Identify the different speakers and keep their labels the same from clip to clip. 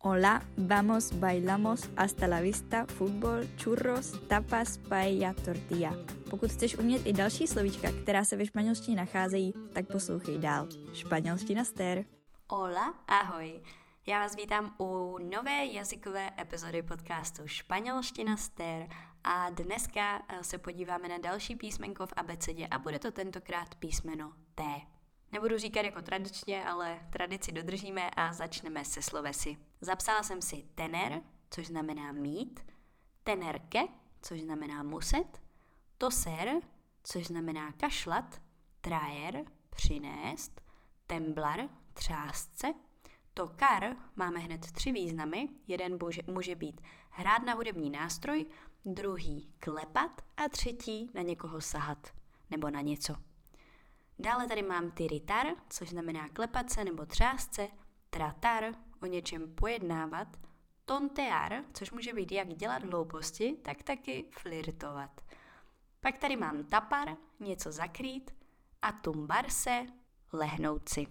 Speaker 1: Hola, vamos, bailamos, hasta la vista, fútbol, churros, tapas, paella, tortilla. Pokud chceš umět i další slovíčka, která se ve španělštině nacházejí, tak poslouchej dál. Španělština stér.
Speaker 2: Hola, ahoj. Já vás vítám u nové jazykové epizody podcastu Španělština stér a dneska se podíváme na další písmenko v abecedě a bude to tentokrát písmeno T. Nebudu říkat jako tradičně, ale tradici dodržíme a začneme se slovesy. Zapsala jsem si tener, což znamená mít, tenerke, což znamená muset, toser, což znamená kašlat, traer, přinést, temblar, třást se, tocar, máme hned 3 významy, jeden může být hrát na hudební nástroj, druhý klepat a třetí na někoho sahat nebo na něco. Dále tady mám tiritar, což znamená klepat se nebo třást se, tratar, o něčem pojednávat, tontear, což může být jak dělat hlouposti, tak taky flirtovat. Pak tady mám tapar, něco zakrýt a tumbarse, lehnout si.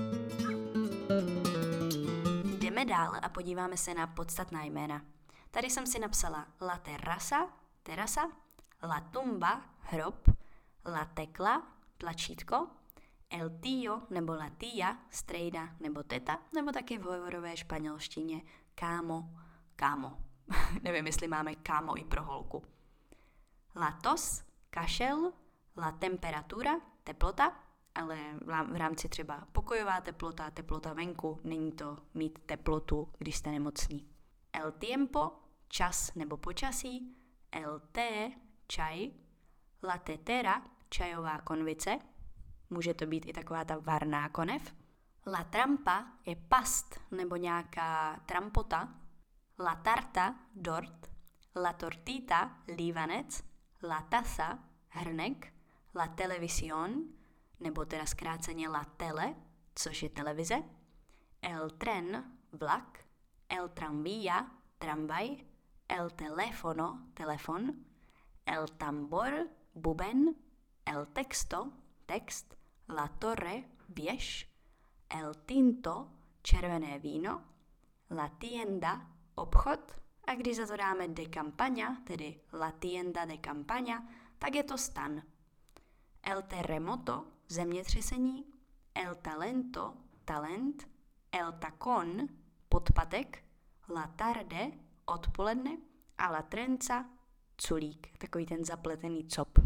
Speaker 2: Jdeme dál a podíváme se na podstatná jména. Tady jsem si napsala la terrasa, terasa, la tumba, hrob, la tecla, tlačítko, el tío nebo la tía, strejda nebo teta, nebo taky v hovorové španělštině kámo, kámo. Nevím, jestli máme kámo i pro holku. La tos, kašel, la temperatura, teplota, ale v rámci třeba pokojová teplota, teplota venku, není to mít teplotu, když jste nemocní. El tiempo, čas nebo počasí, el té, čaj, la tetera, čajová konvice, může to být i taková ta varná konev. La trampa je past nebo nějaká trampota. La tarta, dort. La tortita, lívanec. La taza, hrnek. La televisión, nebo teda zkráceně la tele, což je televize. El tren, vlak. El tranvía, tramvaj. El teléfono, telefon. El tambor, buben. El texto, text, la torre, věž, el tinto, červené víno, la tienda, obchod, a když za to dáme de campaña, tedy la tienda de campaña, tak je to stan. El terremoto, zemětřesení, el talento, talent, el tacón, podpatek, la tarde, odpoledne a la trenza, culík, takový ten zapletený cop.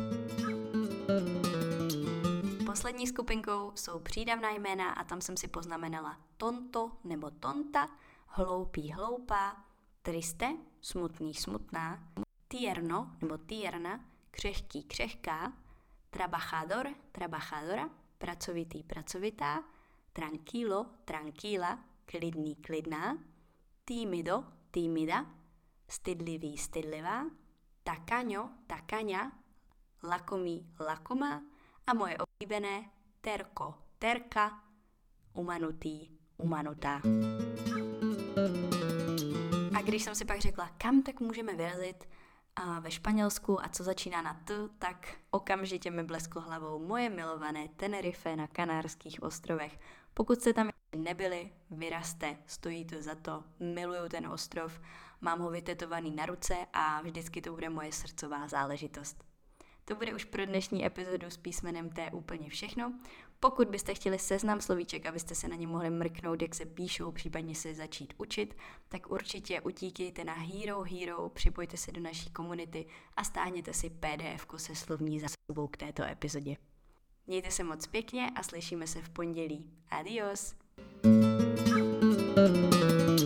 Speaker 2: Poslední skupinkou jsou přídavná jména a tam jsem si poznamenala tonto nebo tonta, hloupý, hloupá, triste, smutný, smutná, tierno nebo tierna, křehký, křehká, trabajador, trabajadora, pracovitý, pracovitá, tranquilo, tranquila, klidný, klidná, tímido, tímida, stydlivý, stydlivá, tacaño, tacaña, lakomý, lakomá a moje oblíbené terko, terka, umanutý, umanutá. A když jsem si pak řekla, kam tak můžeme vyrazit ve Španělsku a co začíná na T, tak okamžitě mi blesklo hlavou moje milované Tenerife na Kanárských ostrovech. Pokud jste tam nebyli, vyrazte, stojí to za to, miluju ten ostrov, mám ho vytetovaný na ruce a vždycky to bude moje srdcová záležitost. To bude už pro dnešní epizodu s písmenem T úplně všechno. Pokud byste chtěli seznam slovíček, abyste se na ně mohli mrknout, jak se píšou, případně se začít učit, tak určitě utíkejte na Hero, připojte se do naší komunity a stáhněte si PDF se slovní zásobou k této epizodě. Mějte se moc pěkně a slyšíme se v pondělí. Adios!